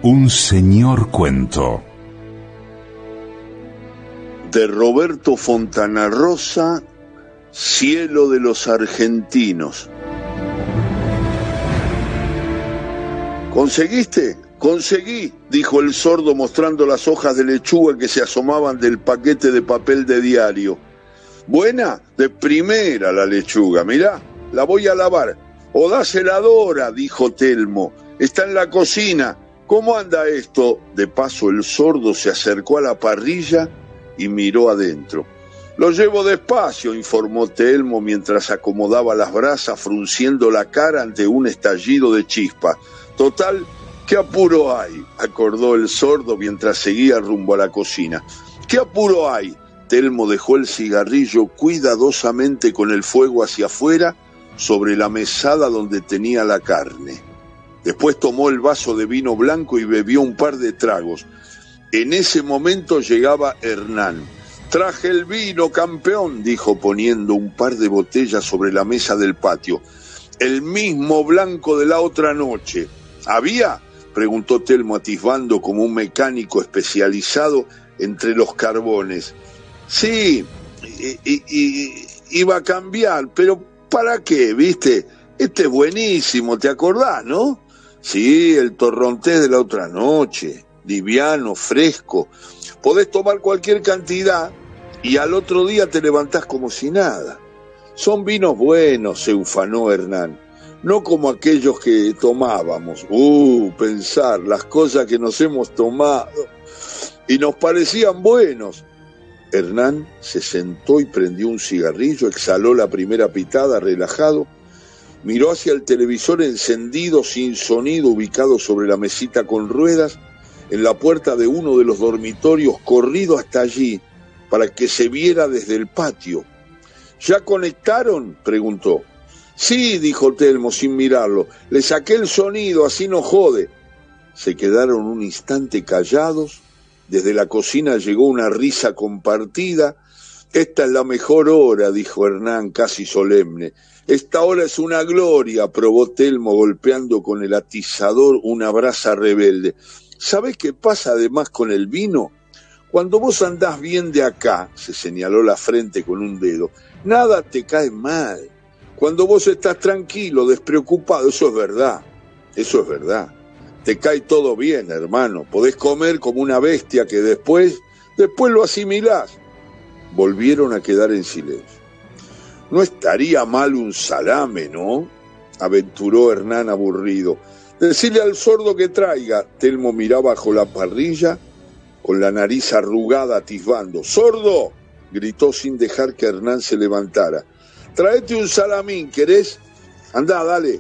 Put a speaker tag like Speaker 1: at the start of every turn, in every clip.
Speaker 1: Un señor cuento.
Speaker 2: De Roberto Fontana Rosa, Cielo de los argentinos. ¿Conseguiste? Conseguí, dijo el sordo mostrando las hojas de lechuga que se asomaban del paquete de papel de diario. Buena, de primera la lechuga, mirá, la voy a lavar. O dásela a Dora, dijo Telmo, está en la cocina. ¿Cómo anda esto? De paso el sordo se acercó a la parrilla y miró adentro. Lo llevo despacio, informó Telmo mientras acomodaba las brasas frunciendo la cara ante un estallido de chispa. Total, ¿qué apuro hay?, acordó el sordo mientras seguía rumbo a la cocina. ¿Qué apuro hay? Telmo dejó el cigarrillo cuidadosamente con el fuego hacia afuera sobre la mesada donde tenía la carne. Después tomó el vaso de vino blanco y bebió un par de tragos. En ese momento llegaba Hernán. «Traje el vino, campeón», dijo poniendo un par de botellas sobre la mesa del patio. «El mismo blanco de la otra noche». ¿Había?, preguntó Telmo atisbando como un mecánico especializado entre los carbones. «Sí, iba a cambiar, pero ¿para qué, viste? Este es buenísimo, ¿te acordás, no?» «Sí, el torrontés de la otra noche, liviano, fresco. Podés tomar cualquier cantidad y al otro día te levantás como si nada. Son vinos buenos», se ufanó Hernán. «No como aquellos que tomábamos. Pensar las cosas que nos hemos tomado. Y nos parecían buenos». Hernán se sentó y prendió un cigarrillo, exhaló la primera pitada relajado, miró hacia el televisor encendido sin sonido ubicado sobre la mesita con ruedas en la puerta de uno de los dormitorios, corrido hasta allí para que se viera desde el patio. «¿Ya conectaron?», preguntó. «Sí», dijo Telmo sin mirarlo, «le saqué el sonido, así no jode». Se quedaron un instante callados. Desde la cocina llegó una risa compartida. «Esta es la mejor hora», dijo Hernán casi solemne. «Esta hora es una gloria», probó Telmo golpeando con el atizador una brasa rebelde. «¿Sabés qué pasa además con el vino? Cuando vos andás bien de acá», se señaló la frente con un dedo, «nada te cae mal. Cuando vos estás tranquilo, despreocupado, eso es verdad. Te cae todo bien, hermano. Podés comer como una bestia que después lo asimilás». Volvieron a quedar en silencio. «No estaría mal un salame, ¿no?», aventuró Hernán aburrido. «Decile al sordo que traiga». Telmo miraba bajo la parrilla con la nariz arrugada atisbando. «¡Sordo!», gritó sin dejar que Hernán se levantara. «Traete un salamín, ¿querés? Andá, dale».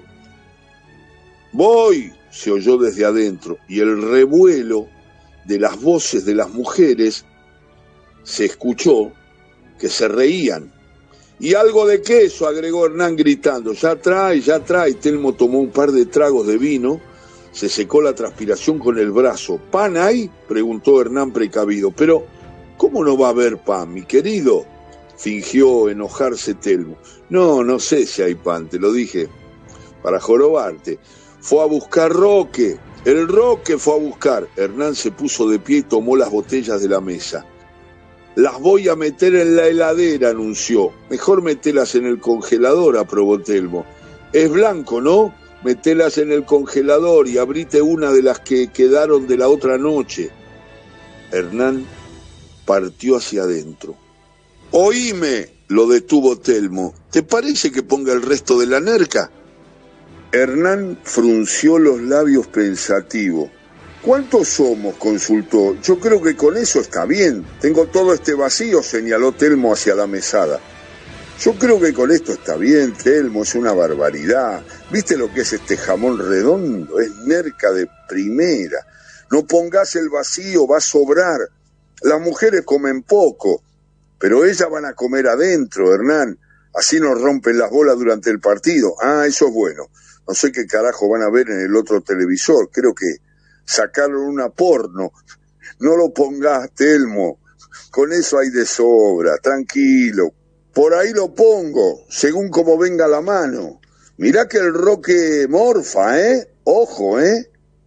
Speaker 2: «Voy», se oyó desde adentro, y el revuelo de las voces de las mujeres se escuchó que se reían. «Y algo de queso», agregó Hernán gritando. Ya trae». Telmo tomó un par de tragos de vino, se secó la transpiración con el brazo. «¿Pan hay?», preguntó Hernán precavido. «Pero, ¿cómo no va a haber pan, mi querido?», fingió enojarse Telmo. No sé si hay pan, te lo dije para jorobarte. Fue a buscar Roque. El Roque fue a buscar». Hernán se puso de pie y tomó las botellas de la mesa. «Las voy a meter en la heladera», anunció. «Mejor metelas en el congelador», aprobó Telmo. «Es blanco, ¿no? Metelas en el congelador y abrite una de las que quedaron de la otra noche». Hernán partió hacia adentro. «Oíme», lo detuvo Telmo. «¿Te parece que ponga el resto de la nerca?». Hernán frunció los labios pensativo. «¿Cuántos somos?», consultó. «Yo creo que con eso está bien. Tengo todo este vacío», señaló Telmo hacia la mesada. «Yo creo que con esto está bien, Telmo, es una barbaridad. ¿Viste lo que es este jamón redondo? Es nerca de primera. No pongas el vacío, va a sobrar. Las mujeres comen poco, pero ellas van a comer adentro, Hernán. Así nos rompen las bolas durante el partido. Eso es bueno. No sé qué carajo van a ver en el otro televisor. Creo que sacaron una porno. No lo pongas, Telmo. Con eso hay de sobra. Tranquilo. Por ahí lo pongo, según como venga la mano. Mirá que el Roque morfa, ¿eh? Ojo, ¿eh?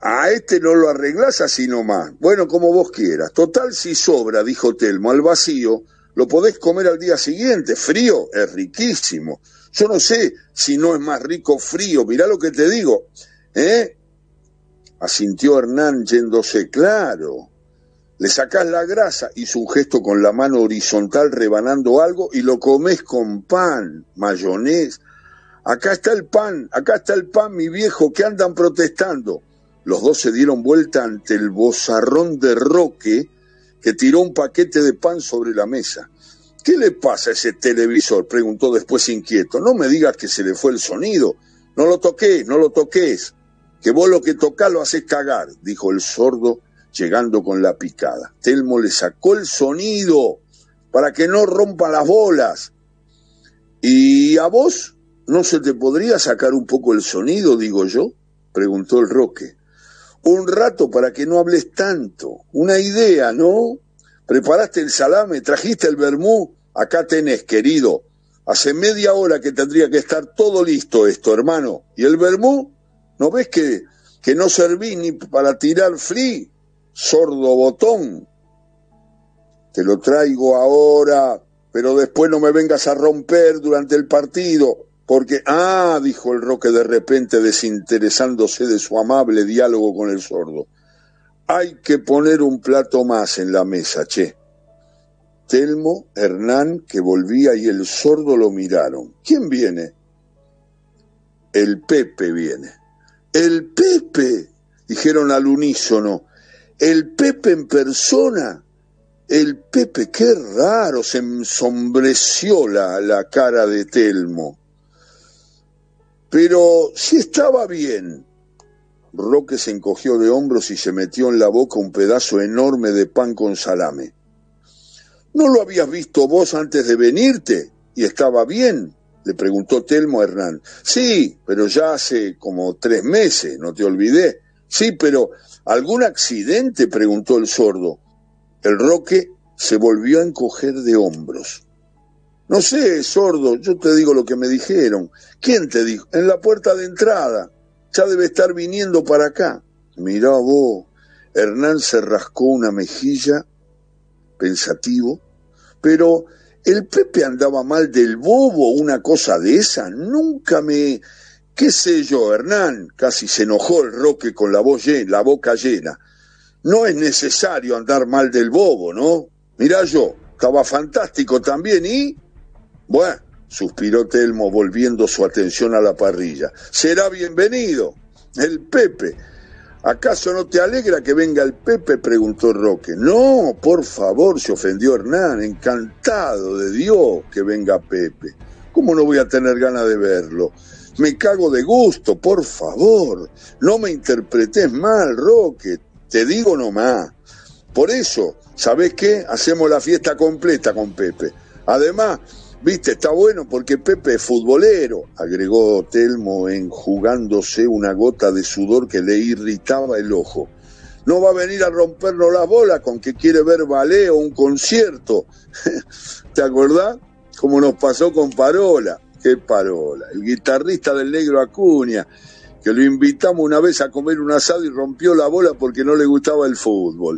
Speaker 2: A este no lo arreglás así nomás. Bueno, como vos quieras. Total, si sobra, dijo Telmo, al vacío, lo podés comer al día siguiente. Frío es riquísimo. Yo no sé si no es más rico frío. Mirá lo que te digo. Asintió Hernán yéndose. Claro. Le sacás la grasa, hizo un gesto con la mano horizontal rebanando algo y lo comés con pan, mayonés. Acá está el pan, mi viejo, que andan protestando. Los dos se dieron vuelta ante el bozarrón de Roque, que tiró un paquete de pan sobre la mesa. ¿Qué le pasa a ese televisor?, preguntó después inquieto. No me digas que se le fue el sonido. No lo toques, que vos lo que tocás lo haces cagar, dijo el sordo, llegando con la picada. Telmo le sacó el sonido para que no rompa las bolas. ¿Y a vos no se te podría sacar un poco el sonido, digo yo?, preguntó el Roque. Un rato para que no hables tanto. Una idea, ¿no? ¿Preparaste el salame? ¿Trajiste el vermú? Acá tenés, querido. Hace media hora que tendría que estar todo listo esto, hermano. ¿Y el vermú? ¿No ves que no servís ni para tirar fli? Sordo botón. Te lo traigo ahora, pero después no me vengas a romper durante el partido. Porque, dijo el Roque de repente, desinteresándose de su amable diálogo con el sordo. Hay que poner un plato más en la mesa, che. Telmo, Hernán, que volvía, y el sordo lo miraron. ¿Quién viene? El Pepe viene. ¡El Pepe!, dijeron al unísono. ¿El Pepe en persona? El Pepe, qué raro, se ensombreció la cara de Telmo. Pero si estaba bien. Roque se encogió de hombros y se metió en la boca un pedazo enorme de pan con salame. ¿No lo habías visto vos antes de venirte? ¿Y estaba bien?, le preguntó Telmo a Hernán. Sí, pero ya hace como 3 meses, no te olvidé. Sí, pero ¿algún accidente?, preguntó el sordo. El Roque se volvió a encoger de hombros. No sé, sordo, yo te digo lo que me dijeron. ¿Quién te dijo? En la puerta de entrada. Ya debe estar viniendo para acá. Mirá vos. Hernán se rascó una mejilla, pensativo. Pero el Pepe andaba mal del bobo, una cosa de esa. Nunca me... ¿Qué sé yo, Hernán? Casi se enojó el Roque con la boca llena. No es necesario andar mal del bobo, ¿no? Mirá yo, estaba fantástico también y... Bueno, suspiró Telmo volviendo su atención a la parrilla. Será bienvenido, el Pepe. ¿Acaso no te alegra que venga el Pepe?, preguntó Roque. No, por favor, se ofendió Hernán. Encantado de Dios que venga Pepe. ¿Cómo no voy a tener ganas de verlo? Me cago de gusto, por favor. No me interpretes mal, Roque. Te digo nomás. Por eso, ¿sabés qué? Hacemos la fiesta completa con Pepe. Además, viste, está bueno porque Pepe es futbolero, agregó Telmo, enjugándose una gota de sudor que le irritaba el ojo. No va a venir a rompernos las bolas con que quiere ver ballet o un concierto. ¿Te acordás? Como nos pasó con Parola. ¿Qué Parola? El guitarrista del Negro Acuña, que lo invitamos una vez a comer un asado y rompió la bola porque no le gustaba el fútbol.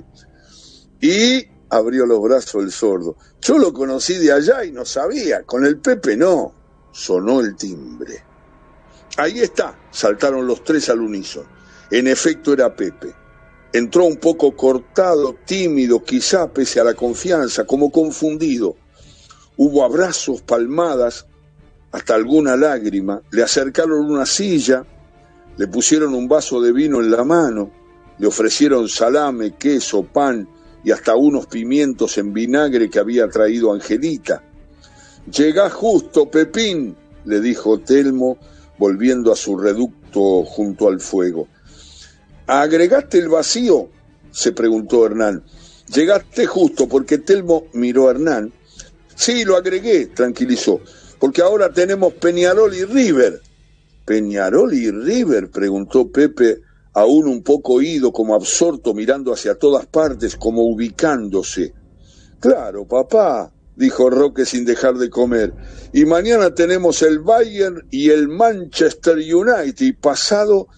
Speaker 2: Y abrió los brazos el sordo. Yo lo conocí de allá y no sabía, con el Pepe no. Sonó el timbre. Ahí está, saltaron los tres al unísono. En efecto era Pepe. Entró un poco cortado, tímido, quizá pese a la confianza, como confundido. Hubo abrazos, palmadas, hasta alguna lágrima. Le acercaron una silla, le pusieron un vaso de vino en la mano, le ofrecieron salame, queso, pan y hasta unos pimientos en vinagre que había traído Angelita. «Llegás justo, Pepín», le dijo Telmo, volviendo a su reducto junto al fuego. ¿Agregaste el vacío?, se preguntó Hernán. Llegaste justo, porque Telmo miró a Hernán. Sí, lo agregué, tranquilizó, porque ahora tenemos Peñarol y River. ¿Peñarol y River?, preguntó Pepe, aún un poco oído, como absorto, mirando hacia todas partes, como ubicándose. Claro, papá, dijo Roque sin dejar de comer. Y mañana tenemos el Bayern y el Manchester United, y pasado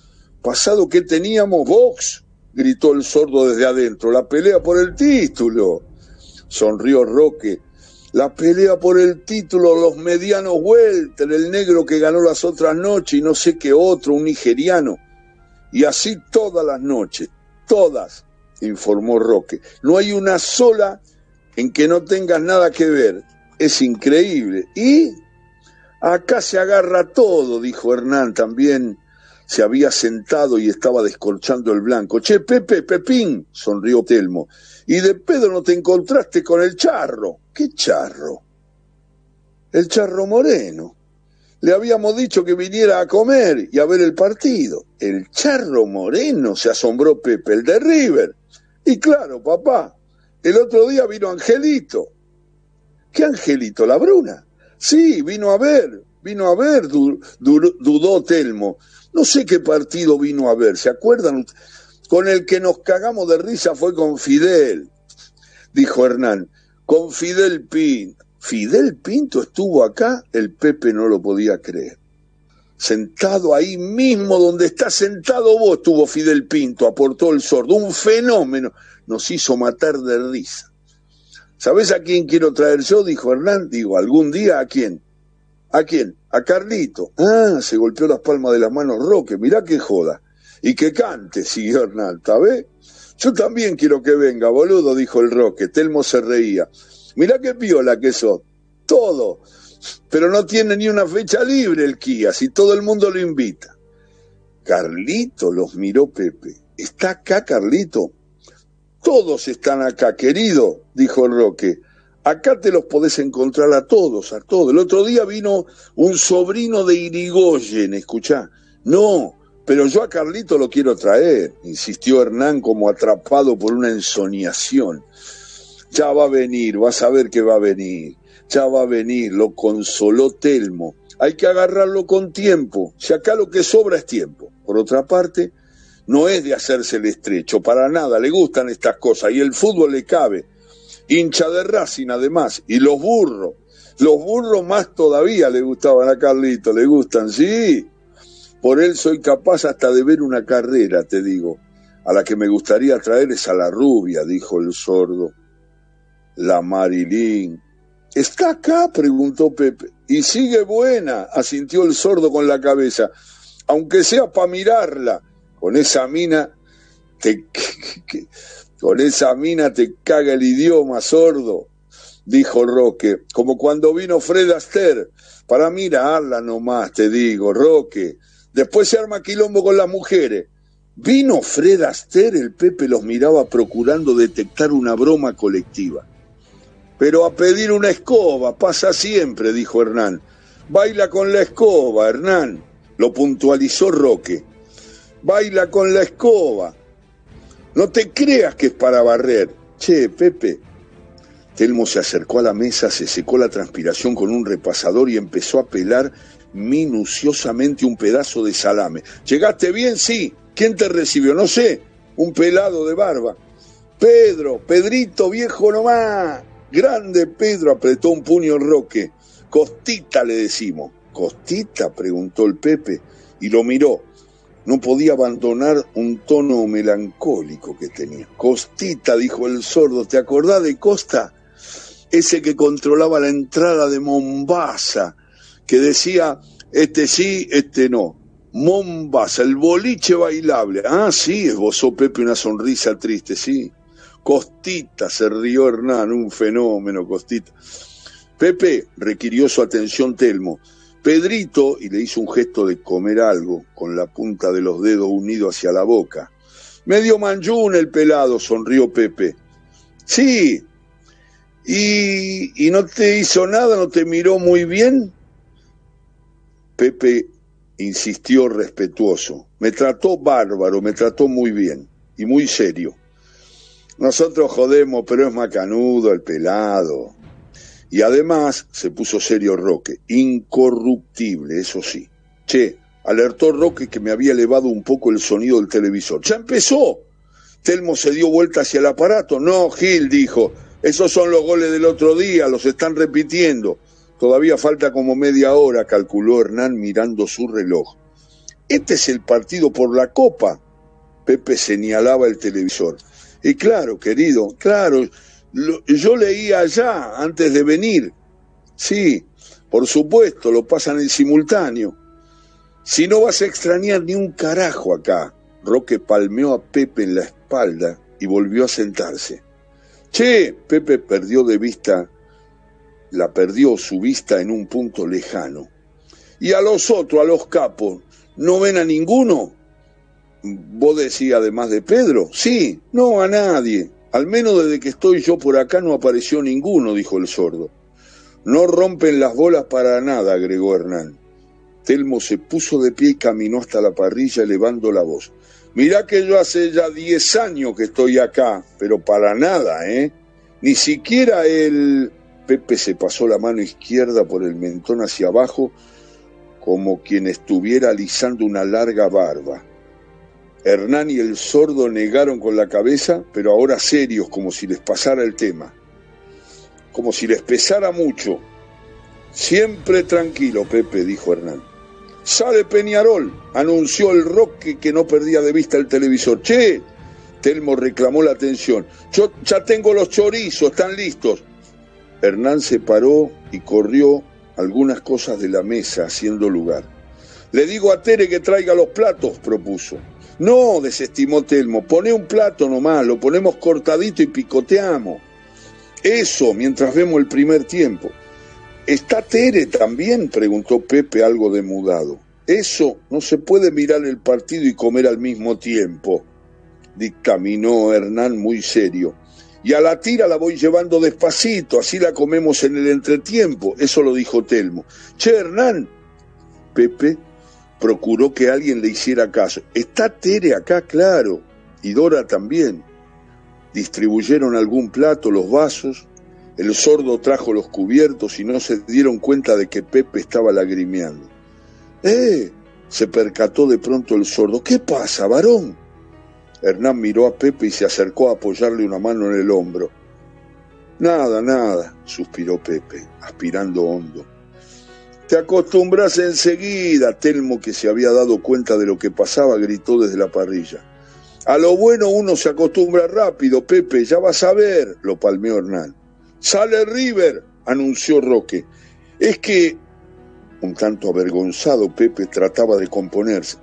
Speaker 2: pasado, ¿qué teníamos? Box, gritó el sordo desde adentro. La pelea por el título. Sonrió Roque. La pelea por el título, los medianos welter, el negro que ganó las otras noches y no sé qué otro, un nigeriano. Y así todas las noches, todas, informó Roque. No hay una sola en que no tengas nada que ver. Es increíble. Y acá se agarra todo, dijo Hernán. También se había sentado y estaba descorchando el blanco. Che, Pepe, Pepín, sonrió Telmo. Y de pedo no te encontraste con el charro. ¿Qué charro? El charro Moreno. Le habíamos dicho que viniera a comer y a ver el partido. El charro Moreno, se asombró Pepe, el de River. Y claro, papá, el otro día vino Angelito. ¿Qué Angelito? ¿La Bruna? Sí, vino a ver, dudó Telmo. No sé qué partido vino a ver, ¿se acuerdan? Con el que nos cagamos de risa fue con Fidel, dijo Hernán. Con Fidel Pinto. ¿Fidel Pinto estuvo acá? El Pepe no lo podía creer. Sentado ahí mismo donde está sentado vos estuvo Fidel Pinto, aportó el sordo. Un fenómeno. Nos hizo matar de risa. ¿Sabés a quién quiero traer yo? Dijo Hernán. Digo, ¿algún día a quién? ¿A quién? A Carlito. Ah, se golpeó las palmas de las manos Roque. Mirá que joda. Y que cante, siguió Hernán, ¿sabés? Yo también quiero que venga, boludo, dijo el Roque. Telmo se reía. Mirá qué piola que sos. Todo. Pero no tiene ni una fecha libre el Kia, si todo el mundo lo invita. Carlito, los miró Pepe. ¿Está acá Carlito? Todos están acá, querido, dijo el Roque. Acá te los podés encontrar a todos, a todos. El otro día vino un sobrino de Irigoyen, escuchá. No, pero yo a Carlito lo quiero traer, insistió Hernán como atrapado por una ensoñación. Ya va a venir, vas a ver que va a venir. Ya va a venir, lo consoló Telmo. Hay que agarrarlo con tiempo, si acá lo que sobra es tiempo. Por otra parte, no es de hacerse el estrecho, para nada, le gustan estas cosas, y el fútbol le cabe. Hincha de Racing además, y los burros más todavía le gustaban a Carlito, le gustan, sí. Por él soy capaz hasta de ver una carrera, te digo. A la que me gustaría traer es a la rubia, dijo el sordo. La Marilyn. ¿Está acá?, preguntó Pepe. Y sigue buena, asintió el sordo con la cabeza. Aunque sea para mirarla. Con esa mina te caga el idioma, sordo, dijo Roque. Como cuando vino Fred Astaire. Para mirarla nomás, te digo, Roque. Después se arma quilombo con las mujeres. ¿Vino Fred Astaire? El Pepe los miraba procurando detectar una broma colectiva. Pero a pedir una escoba, pasa siempre, dijo Hernán. Baila con la escoba, Hernán, lo puntualizó Roque. Baila con la escoba. No te creas que es para barrer. Che, Pepe. Telmo se acercó a la mesa, se secó la transpiración con un repasador y empezó a pelar minuciosamente un pedazo de salame. ¿Llegaste bien? Sí. ¿Quién te recibió? No sé. Un pelado de barba. Pedrito, viejo nomás. Grande Pedro, apretó un puño el Roque. Costita le decimos. ¿Costita?, preguntó el Pepe y lo miró. No podía abandonar un tono melancólico que tenía. Costita, dijo el sordo, ¿te acordás de Costa? Ese que controlaba la entrada de Mombasa, que decía, este sí, este no. Mombasa, el boliche bailable. Ah, sí, esbozó Pepe una sonrisa triste, sí. Costita, se rió Hernán, un fenómeno, Costita. Pepe, requirió su atención Telmo. Pedrito, y le hizo un gesto de comer algo, con la punta de los dedos unidos hacia la boca. Medio manjún el pelado, sonrió Pepe. Sí, y no te hizo nada, no te miró muy bien. Pepe insistió respetuoso. Me trató bárbaro, me trató muy bien, y muy serio. Nosotros jodemos, pero es macanudo el pelado. Y además, se puso serio Roque, incorruptible, eso sí. Che, alertó Roque que me había elevado un poco el sonido del televisor. ¡Ya empezó! Telmo se dio vuelta hacia el aparato. No, Gil, dijo, esos son los goles del otro día, los están repitiendo. Todavía falta como media hora, calculó Hernán mirando su reloj. este es el partido por la Copa. Pepe señalaba el televisor. Y claro, querido, claro, yo leía allá antes de venir. Sí, por supuesto, lo pasan en simultáneo. Si no vas a extrañar ni un carajo acá. Roque palmeó a Pepe en la espalda y volvió a sentarse. Che, Pepe perdió su vista en un punto lejano. Y a los otros, a los capos, ¿no ven a ninguno? ¿Vos decís además de Pedro? Sí, no, a nadie. Al menos desde que estoy yo por acá no apareció ninguno, dijo el sordo. No rompen las bolas para nada, agregó Hernán. Telmo se puso de pie y caminó hasta la parrilla elevando la voz. Mirá que yo hace ya 10 años que estoy acá, pero para nada, ¿eh? Ni siquiera el... Pepe se pasó la mano izquierda por el mentón hacia abajo, como quien estuviera alisando una larga barba. Hernán y el sordo negaron con la cabeza, pero ahora serios, como si les pasara el tema. Como si les pesara mucho. Siempre tranquilo, Pepe, dijo Hernán. Sale Peñarol, anunció el Roque, que no perdía de vista el televisor. Che, Telmo reclamó la atención. Yo ya tengo los chorizos, están listos. Hernán se paró y corrió algunas cosas de la mesa, haciendo lugar. Le digo a Tere que traiga los platos, propuso. No, desestimó Telmo, poné un plato nomás, lo ponemos cortadito y picoteamos. Eso, mientras vemos el primer tiempo. ¿Está Tere también?, preguntó Pepe algo demudado. Eso, no se puede mirar el partido y comer al mismo tiempo, dictaminó Hernán muy serio. Y a la tira la voy llevando despacito, así la comemos en el entretiempo, eso lo dijo Telmo. Che, Hernán, Pepe procuró que alguien le hiciera caso. Está Tere acá, claro, y Dora también. Distribuyeron algún plato, los vasos. El sordo trajo los cubiertos y no se dieron cuenta de que Pepe estaba lagrimeando. Se percató de pronto el sordo. ¿Qué pasa, varón? Hernán miró a Pepe y se acercó a apoyarle una mano en el hombro. Nada, suspiró Pepe, aspirando hondo. Te acostumbras enseguida, Telmo, que se había dado cuenta de lo que pasaba, gritó desde la parrilla. A lo bueno uno se acostumbra rápido, Pepe, ya vas a ver, lo palmeó Hernán. Sale River, anunció Roque. Es que, un tanto avergonzado, Pepe trataba de componerse.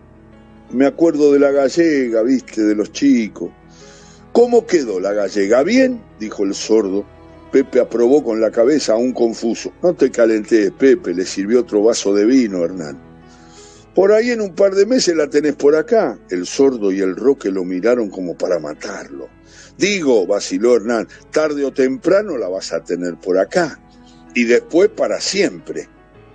Speaker 2: Me acuerdo de la gallega, viste, de los chicos. ¿Cómo quedó la gallega? ¿Bien?, dijo el sordo. Pepe aprobó con la cabeza, aún confuso. No te calentés, Pepe, le sirvió otro vaso de vino, Hernán. Por ahí en un par de meses la tenés por acá. El sordo y el Roque lo miraron como para matarlo. Digo, vaciló Hernán, tarde o temprano la vas a tener por acá. Y después para siempre.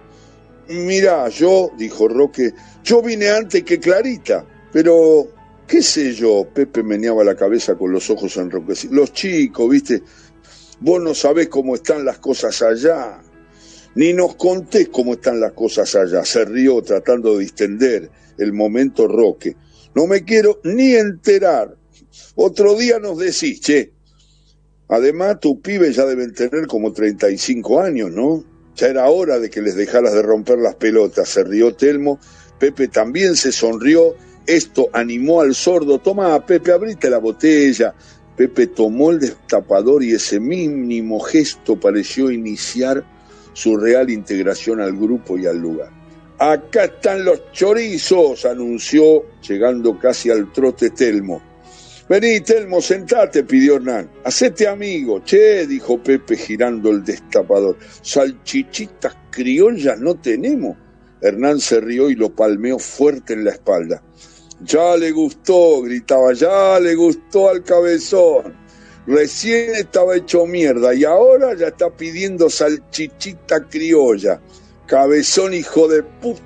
Speaker 2: Mirá, dijo Roque, yo vine antes que Clarita, pero, qué sé yo, Pepe meneaba la cabeza con los ojos enroquecidos. Los chicos, viste, vos no sabés cómo están las cosas allá, ni nos contés cómo están las cosas allá. Se rió tratando de distender el momento Roque. No me quiero ni enterar. Otro día nos decís, che. Además, tus pibes ya deben tener como 35 años, ¿no? Ya era hora de que les dejaras de romper las pelotas, se rió Telmo. Pepe también se sonrió. Esto animó al sordo. Tomá, Pepe, abrite la botella. Pepe tomó el destapador y ese mínimo gesto pareció iniciar su real integración al grupo y al lugar. Acá están los chorizos, anunció, llegando casi al trote Telmo. Vení, Telmo, sentate, pidió Hernán. Hacete amigo. Che, dijo Pepe girando el destapador. Salchichitas criollas no tenemos. Hernán se rió y lo palmeó fuerte en la espalda. Ya le gustó, gritaba, ya le gustó al cabezón. Recién estaba hecho mierda y ahora ya está pidiendo salchichita criolla. Cabezón, hijo de puta.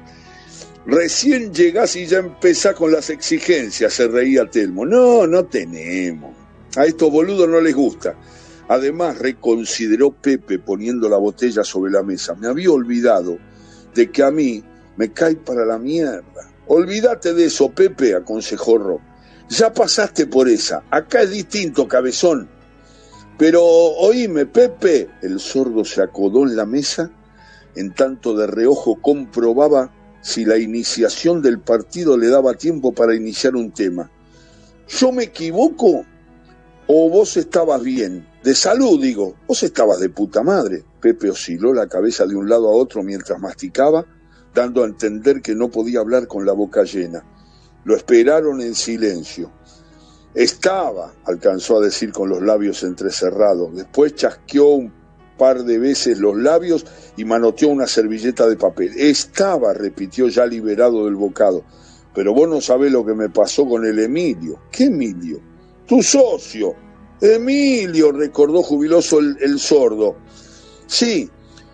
Speaker 2: Recién llegás y ya empezás con las exigencias, se reía Telmo. No tenemos. A estos boludos no les gusta. Además, reconsideró Pepe poniendo la botella sobre la mesa. Me había olvidado de que a mí me cae para la mierda. Olvídate de eso, Pepe, aconsejó Ro. Ya pasaste por esa. Acá es distinto, cabezón. Pero, oíme, Pepe. El sordo se acodó en la mesa, en tanto de reojo comprobaba si la iniciación del partido le daba tiempo para iniciar un tema. ¿Yo me equivoco o vos estabas bien? De salud, digo. Vos estabas de puta madre. Pepe osciló la cabeza de un lado a otro mientras masticaba, dando a entender que no podía hablar con la boca llena. Lo esperaron en silencio. Estaba, alcanzó a decir con los labios entrecerrados. Después chasqueó un par de veces los labios y manoteó una servilleta de papel. Estaba, repitió ya liberado del bocado. Pero vos no sabés lo que me pasó con el Emilio. ¿Qué Emilio? Tu socio. Emilio, recordó jubiloso el sordo. Sí.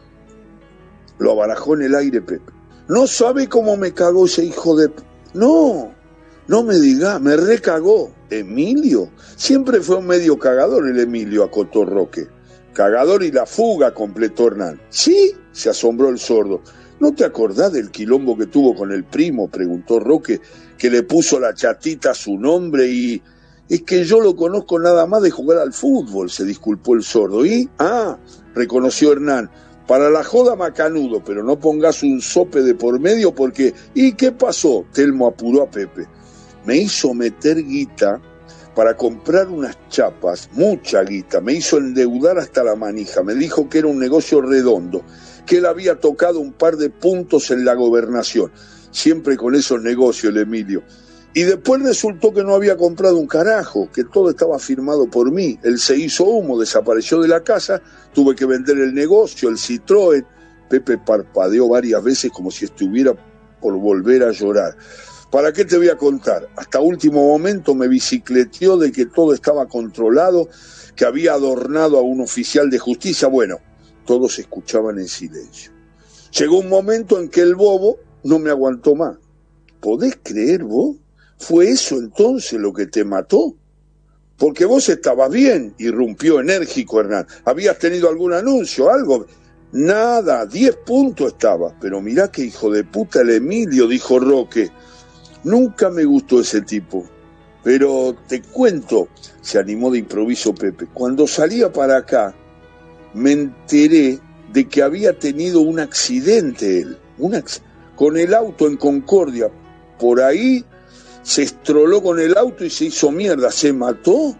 Speaker 2: Lo abarajó en el aire Pepe. No sabe cómo me cagó ese hijo de... No me diga, me recagó. ¿Emilio? Siempre fue un medio cagador el Emilio, acotó Roque. Cagador y la fuga, completó Hernán. ¿Sí? Se asombró el sordo. ¿No te acordás del quilombo que tuvo con el primo? Preguntó Roque, que le puso la chatita a su nombre y... Es que yo lo conozco nada más de jugar al fútbol, se disculpó el sordo. ¿Y? Reconoció Hernán. Para la joda macanudo, pero no pongas un sope de por medio porque... ¿Y qué pasó? Telmo apuró a Pepe. Me hizo meter guita para comprar unas chapas, mucha guita, me hizo endeudar hasta la manija, me dijo que era un negocio redondo, que él había tocado un par de puntos en la gobernación, siempre con esos negocios el Emilio, y después resultó que no había comprado un carajo, que todo estaba firmado por mí, él se hizo humo, desapareció de la casa, tuve que vender el negocio, el Citroën. Pepe parpadeó varias veces como si estuviera por volver a llorar. ¿Para qué te voy a contar? Hasta último momento me bicicleteó de que todo estaba controlado, que había adornado a un oficial de justicia. Bueno, todos escuchaban en silencio. Llegó un momento en que el bobo no me aguantó más. ¿Podés creer vos? ¿Fue eso entonces lo que te mató? Porque vos estabas bien, irrumpió enérgico Hernán. ¿Habías tenido algún anuncio, algo? Nada, 10 puntos estaba. Pero mirá qué hijo de puta el Emilio, dijo Roque. Nunca me gustó ese tipo, pero te cuento, se animó de improviso Pepe, cuando salía para acá me enteré de que había tenido un accidente él, con el auto en Concordia, por ahí se estroló con el auto y se hizo mierda, ¿se mató?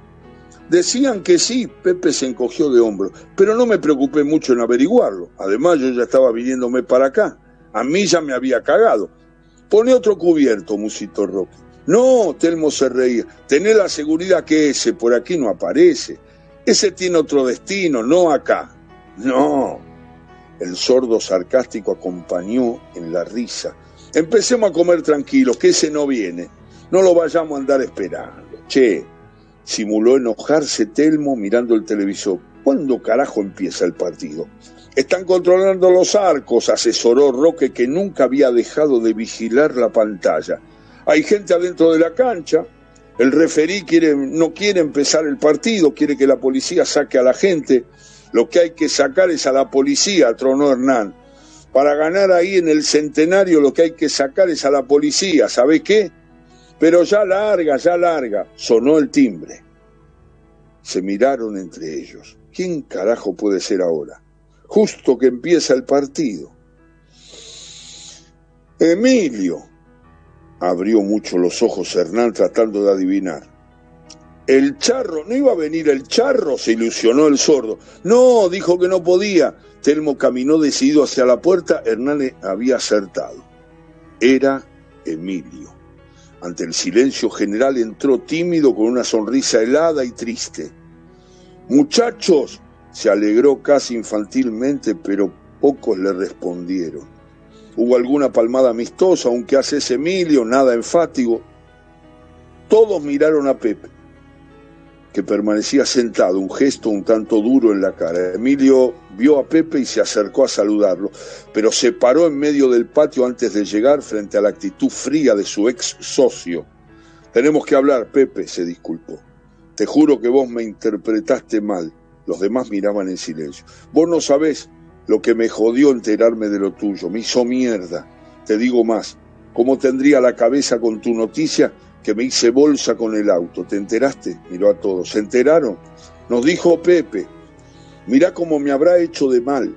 Speaker 2: Decían que sí, Pepe se encogió de hombros, pero no me preocupé mucho en averiguarlo, además yo ya estaba viniéndome para acá, a mí ya me había cagado. Pone otro cubierto, musitó Roque. No, Telmo se reía. Tené la seguridad que ese por aquí no aparece. Ese tiene otro destino, no acá. No. El sordo sarcástico acompañó en la risa. Empecemos a comer tranquilos, que ese no viene. No lo vayamos a andar esperando. Che, simuló enojarse Telmo mirando el televisor. ¿Cuándo carajo empieza el partido? Están controlando los arcos, asesoró Roque, que nunca había dejado de vigilar la pantalla. Hay gente adentro de la cancha, el referí no quiere empezar el partido, quiere que la policía saque a la gente. Lo que hay que sacar es a la policía, tronó Hernán. Para ganar ahí en el Centenario lo que hay que sacar es a la policía, ¿sabés qué? Pero ya larga, sonó el timbre. Se miraron entre ellos. ¿Quién carajo puede ser ahora? Justo que empieza el partido. Emilio, abrió mucho los ojos Hernán tratando de adivinar. El charro, ¿no iba a venir el charro? Se ilusionó el sordo. No, dijo que no podía. Telmo caminó decidido hacia la puerta. Hernán había acertado. Era Emilio. Ante el silencio general entró tímido con una sonrisa helada y triste. Muchachos, se alegró casi infantilmente, pero pocos le respondieron. Hubo alguna palmada amistosa, aunque hace ese Emilio, nada enfático. Todos miraron a Pepe, que permanecía sentado, un gesto un tanto duro en la cara. Emilio vio a Pepe y se acercó a saludarlo, pero se paró en medio del patio antes de llegar frente a la actitud fría de su ex socio. Tenemos que hablar, Pepe, se disculpó. Te juro que vos me interpretaste mal. Los demás miraban en silencio. Vos no sabés lo que me jodió enterarme de lo tuyo. Me hizo mierda. Te digo más. ¿Cómo tendría la cabeza con tu noticia que me hice bolsa con el auto? ¿Te enteraste? Miró a todos. ¿Se enteraron? Nos dijo Pepe. Mirá cómo me habrá hecho de mal.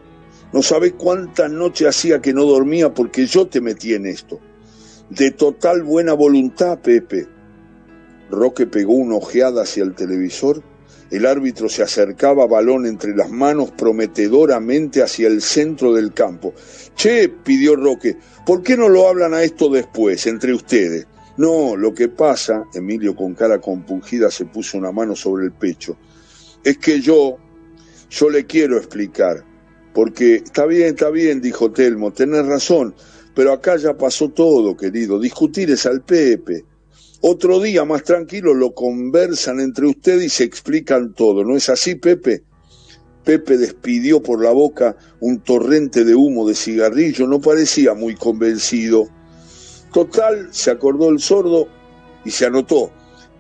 Speaker 2: No sabés cuántas noches hacía que no dormía porque yo te metí en esto. De total buena voluntad, Pepe. Roque pegó una ojeada hacia el televisor. El árbitro se acercaba, balón entre las manos, prometedoramente hacia el centro del campo. Che, pidió Roque, ¿por qué no lo hablan a esto después, entre ustedes? No, lo que pasa, Emilio con cara compungida se puso una mano sobre el pecho, es que yo le quiero explicar, porque está bien, dijo Telmo, tenés razón, pero acá ya pasó todo, querido, discutir es al Pepe. Otro día más tranquilo lo conversan entre ustedes y se explican todo, ¿no es así, Pepe? Pepe despidió por la boca un torrente de humo de cigarrillo, no parecía muy convencido. Total, se acordó el sordo y se anotó.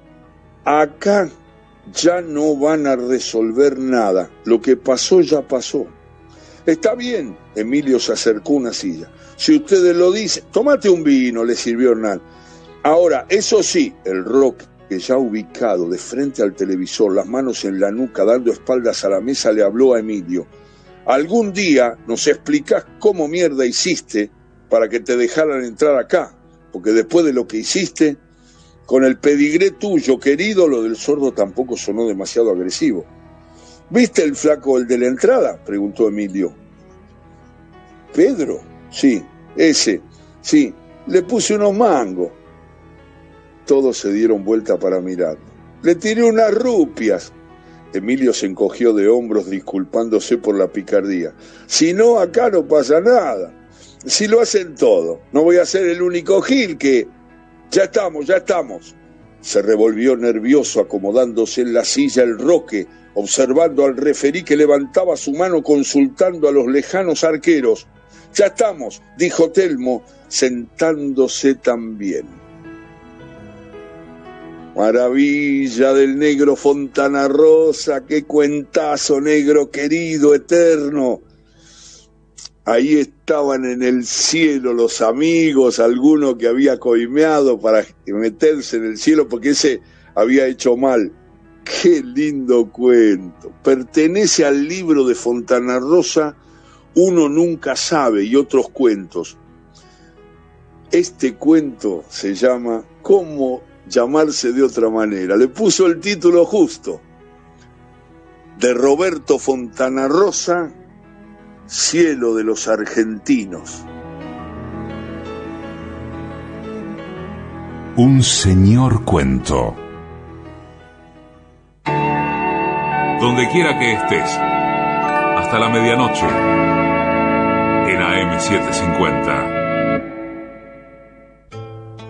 Speaker 2: Acá ya no van a resolver nada, lo que pasó ya pasó. Está bien, Emilio se acercó a una silla. Si ustedes lo dicen, tómate un vino, le sirvió Hernán. Ahora, eso sí, el Roque, que ya ubicado de frente al televisor, las manos en la nuca, dando espaldas a la mesa, le habló a Emilio. Algún día nos explicás cómo mierda hiciste para que te dejaran entrar acá, porque después de lo que hiciste, con el pedigré tuyo, querido, lo del sordo tampoco sonó demasiado agresivo. ¿Viste el flaco, el de la entrada?, preguntó Emilio. ¿Pedro? Sí, ese, sí, le puse unos mangos. Todos se dieron vuelta para mirarlo. Le tiré unas rupias. Emilio se encogió de hombros disculpándose por la picardía. Si no, acá no pasa nada. Si lo hacen todo. No voy a ser el único gil que... Ya estamos. Se revolvió nervioso acomodándose en la silla el Roque, observando al referí que levantaba su mano consultando a los lejanos arqueros. Ya estamos, dijo Telmo, sentándose también. Maravilla del negro Fontana Rosa, qué cuentazo, negro querido, eterno. Ahí estaban en el cielo los amigos, alguno que había coimeado para meterse en el cielo porque ese había hecho mal. Qué lindo cuento. Pertenece al libro de Fontana Rosa, Uno nunca sabe, y otros cuentos. Este cuento se llama ¿Cómo llamarse de otra manera? Le puso el título justo. De Roberto Fontana Rosa, Cielo de los argentinos.
Speaker 1: Un señor cuento. Donde quiera que estés, hasta la medianoche, en AM 750.